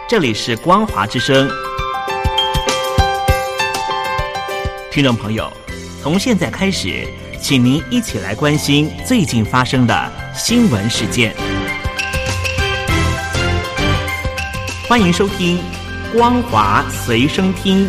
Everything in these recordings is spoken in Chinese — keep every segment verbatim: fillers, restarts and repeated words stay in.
这里是光华之声。听众朋友，从现在开始，请您一起来关心最近发生的新闻事件。欢迎收听光华随声听。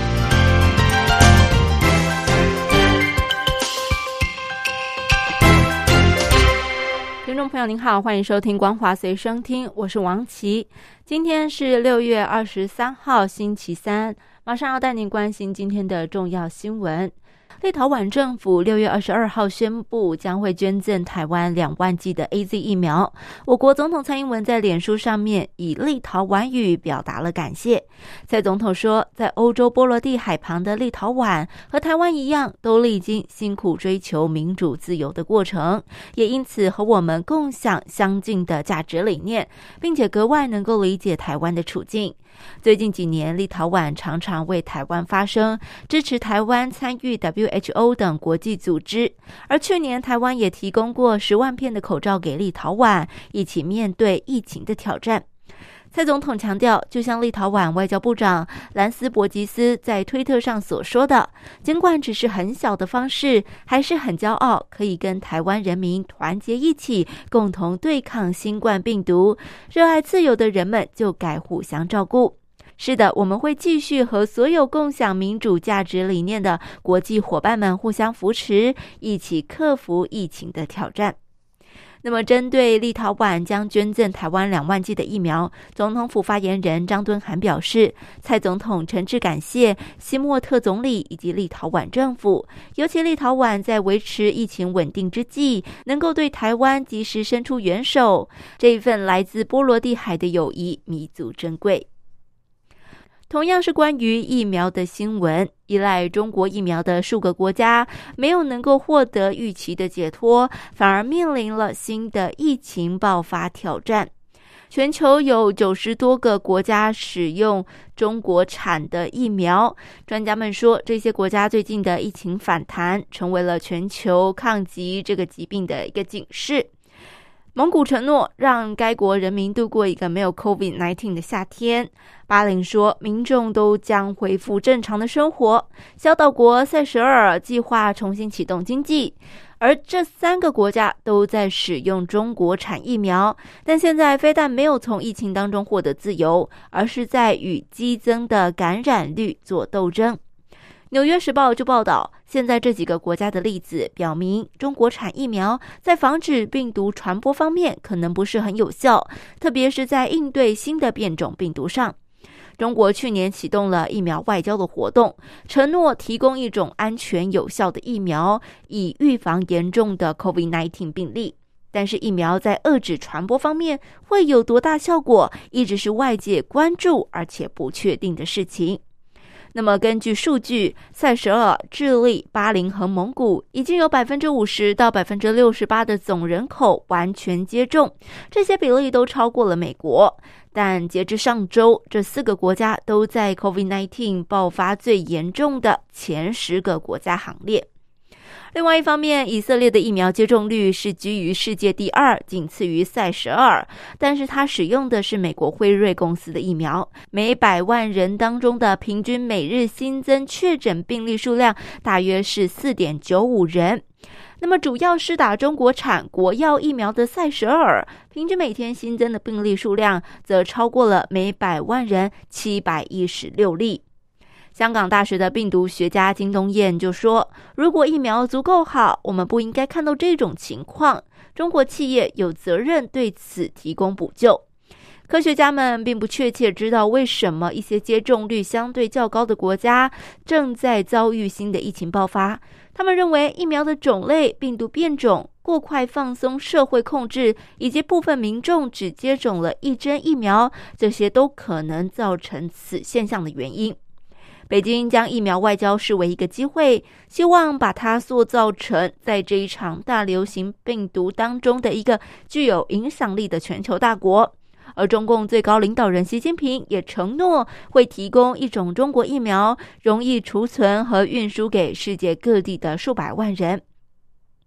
听众朋友您好，欢迎收听光华随声听，我是王琦。今天是六月二十三号星期三，马上要带您关心今天的重要新闻。立陶宛政府六月二十二号宣布将会捐赠台湾两万剂的 A Z 疫苗。我国总统蔡英文在脸书上面以立陶宛语表达了感谢。蔡总统说，在欧洲波罗的海旁的立陶宛和台湾一样，都历经辛苦追求民主自由的过程，也因此和我们共享相近的价值理念，并且格外能够理解台湾的处境。最近几年，立陶宛常常为台湾发声，支持台湾参与 W H O 等国际组织，而去年台湾也提供过十万片的口罩给立陶宛，一起面对疫情的挑战。蔡总统强调，就像立陶宛外交部长兰斯伯吉斯在推特上所说的，尽管只是很小的方式，还是很骄傲可以跟台湾人民团结一起，共同对抗新冠病毒。热爱自由的人们就该互相照顾。是的，我们会继续和所有共享民主价值理念的国际伙伴们互相扶持，一起克服疫情的挑战。那么针对立陶宛将捐赠台湾两万剂的疫苗，总统府发言人张敦涵表示，蔡总统诚挚感谢西莫特总理以及立陶宛政府，尤其立陶宛在维持疫情稳定之际，能够对台湾及时伸出援手，这一份来自波罗的海的友谊弥足珍贵。同样是关于疫苗的新闻，依赖中国疫苗的数个国家没有能够获得预期的解脱，反而面临了新的疫情爆发挑战。全球有九十多个国家使用中国产的疫苗，专家们说，这些国家最近的疫情反弹，成为了全球抗击这个疾病的一个警示。蒙古承诺让该国人民度过一个没有 COVID 十九 的夏天。巴林说，民众都将恢复正常的生活。小岛国塞舌尔计划重新启动经济。而这三个国家都在使用中国产疫苗，但现在非但没有从疫情当中获得自由，而是在与激增的感染率做斗争。纽约时报就报道，现在这几个国家的例子表明，中国产疫苗在防止病毒传播方面可能不是很有效，特别是在应对新的变种病毒上。中国去年启动了疫苗外交的活动，承诺提供一种安全有效的疫苗，以预防严重的 COVID 十九 病例。但是疫苗在遏制传播方面会有多大效果，一直是外界关注而且不确定的事情。那么根据数据，塞舌尔、智利、巴林和蒙古已经有 百分之五十 到 百分之六十八 的总人口完全接种，这些比例都超过了美国。但截至上周，这四个国家都在 COVID 十九 爆发最严重的前十个国家行列。另外一方面，以色列的疫苗接种率是居于世界第二，仅次于塞舌尔，但是它使用的是美国辉瑞公司的疫苗，每百万人当中的平均每日新增确诊病例数量大约是 四点九五 人。那么主要施打中国产国药疫苗的塞舌尔，平均每天新增的病例数量则超过了每百万人七百一十六例。香港大学的病毒学家金东彦就说，如果疫苗足够好，我们不应该看到这种情况，中国企业有责任对此提供补救。科学家们并不确切知道为什么一些接种率相对较高的国家正在遭遇新的疫情爆发。他们认为疫苗的种类、病毒变种、过快放松社会控制，以及部分民众只接种了一针疫苗，这些都可能造成此现象的原因。北京将疫苗外交视为一个机会，希望把它塑造成在这一场大流行病毒当中的一个具有影响力的全球大国。而中共最高领导人习近平也承诺会提供一种中国疫苗，容易储存和运输给世界各地的数百万人。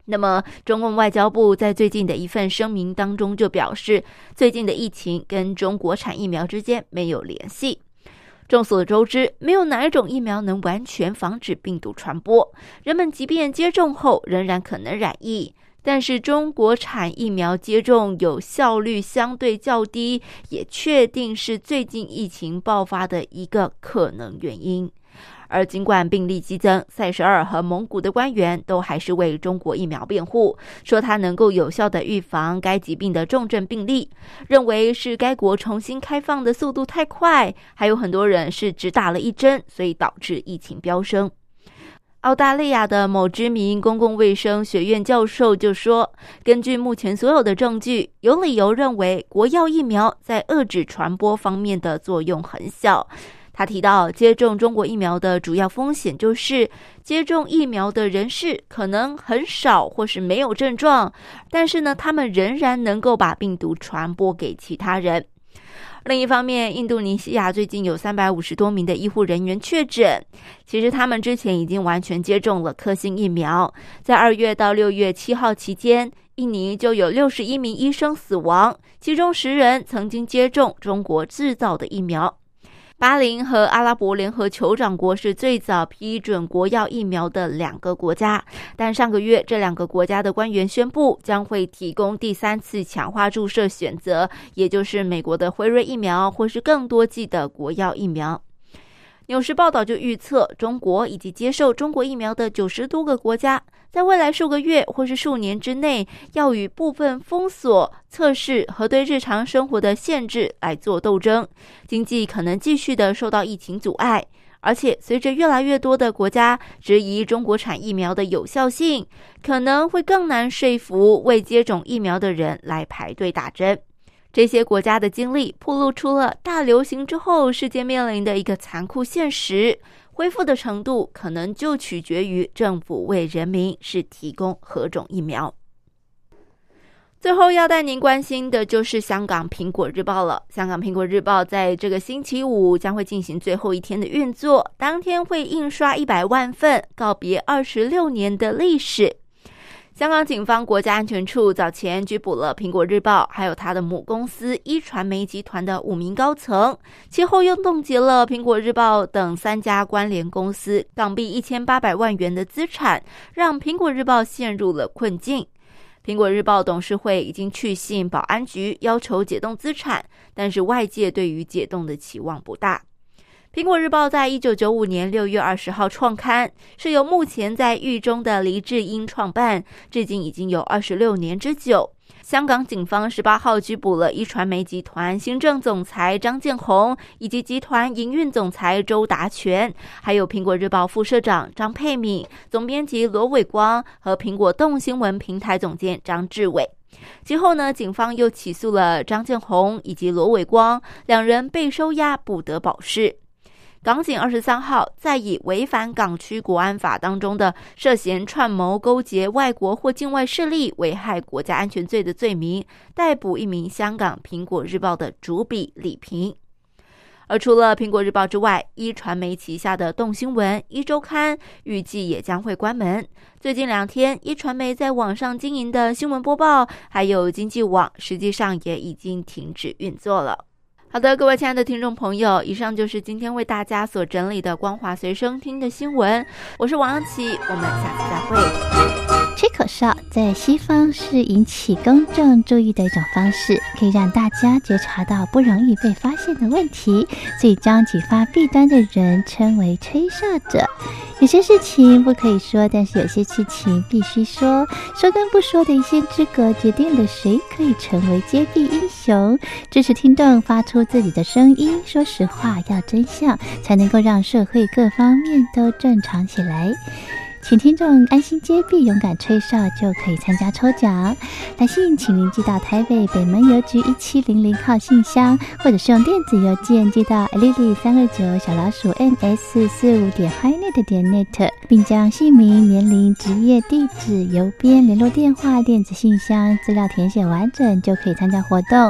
那么中共外交部在最近的一份声明当中就表示，最近的疫情跟中国产疫苗之间没有联系。众所周知，没有哪一种疫苗能完全防止病毒传播，人们即便接种后仍然可能染疫，但是中国产疫苗接种有效率相对较低，也确定是最近疫情爆发的一个可能原因。而尽管病例激增，塞舌尔和蒙古的官员都还是为中国疫苗辩护，说它能够有效地预防该疾病的重症病例，认为是该国重新开放的速度太快，还有很多人是只打了一针，所以导致疫情飙升。澳大利亚的某知名公共卫生学院教授就说，根据目前所有的证据，有理由认为国药疫苗在遏制传播方面的作用很小。他提到，接种中国疫苗的主要风险就是接种疫苗的人士可能很少或是没有症状，但是呢，他们仍然能够把病毒传播给其他人。另一方面，印度尼西亚最近有三百五十多名的医护人员确诊，其实他们之前已经完全接种了科兴疫苗。在二月到六月七号期间，印尼就有六十一名医生死亡，其中十人曾经接种中国制造的疫苗。巴林和阿拉伯联合酋长国是最早批准国药疫苗的两个国家，但上个月这两个国家的官员宣布将会提供第三次强化注射选择，也就是美国的辉瑞疫苗或是更多剂的国药疫苗。纽时报道就预测，中国以及接受中国疫苗的九十多个国家，在未来数个月或是数年之内，要与部分封锁、测试和对日常生活的限制来做斗争，经济可能继续的受到疫情阻碍。而且随着越来越多的国家质疑中国产疫苗的有效性，可能会更难说服未接种疫苗的人来排队打针。这些国家的经历暴露出了大流行之后世界面临的一个残酷现实，恢复的程度可能就取决于政府为人民是提供何种疫苗。最后要带您关心的就是香港苹果日报了。香港苹果日报在这个星期五将会进行最后一天的运作，当天会印刷一百万份，告别二十六年的历史。香港警方国家安全处早前拘捕了苹果日报还有他的母公司一传媒集团的五名高层，其后又冻结了苹果日报等三家关联公司港币一千八百万元的资产，让苹果日报陷入了困境。苹果日报董事会已经去信保安局要求解冻资产，但是外界对于解冻的期望不大。苹果日报在一九九五年六月二十号创刊，是由目前在狱中的黎智英创办，至今已经有二十六年之久。香港警方十八号拘捕了一传媒集团行政总裁张建宏，以及集团营运总裁周达全，还有苹果日报副社长张佩敏、总编辑罗伟光和苹果动新闻平台总监张志伟。其后呢，警方又起诉了张建宏以及罗伟光，两人被收押不得保释。港警二十三号再以违反港区国安法当中的涉嫌串谋勾结外国或境外势力危害国家安全罪的罪名，逮捕一名香港苹果日报的主笔李平。而除了苹果日报之外，一传媒旗下的动新闻、一周刊预计也将会关门。最近两天，一传媒在网上经营的新闻播报还有经济网，实际上也已经停止运作了。好的，各位亲爱的听众朋友，以上就是今天为大家所整理的光华随身听的新闻，我是王安琪，我们下次再会。 吹口哨在西方是引起公众注意的一种方式，可以让大家觉察到不容易被发现的问题，所以将举发弊端的人称为吹哨者。有些事情不可以说，但是有些事情必须说，说跟不说的一线之隔，决定了谁可以成为揭弊英雄。支持听众发出自己的声音，说实话，要真相，才能够让社会各方面都正常起来。请听众安心接币，勇敢吹哨就可以参加抽奖。来信请您寄到台北北门邮局一七零零号信箱，或者是用电子邮件寄到 lily 三二九小老鼠 m s 四五点 highnet 点 net， 并将姓名、年龄、职业、地址、邮编、联络电话、电子信箱资料填写完整，就可以参加活动。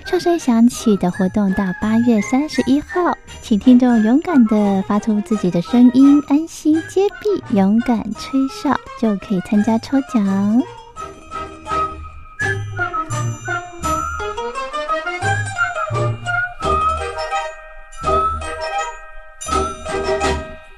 哨声响起的活动到八月三十一号，请听众勇敢地发出自己的声音，安心接币，勇敢吹哨就可以参加抽奖。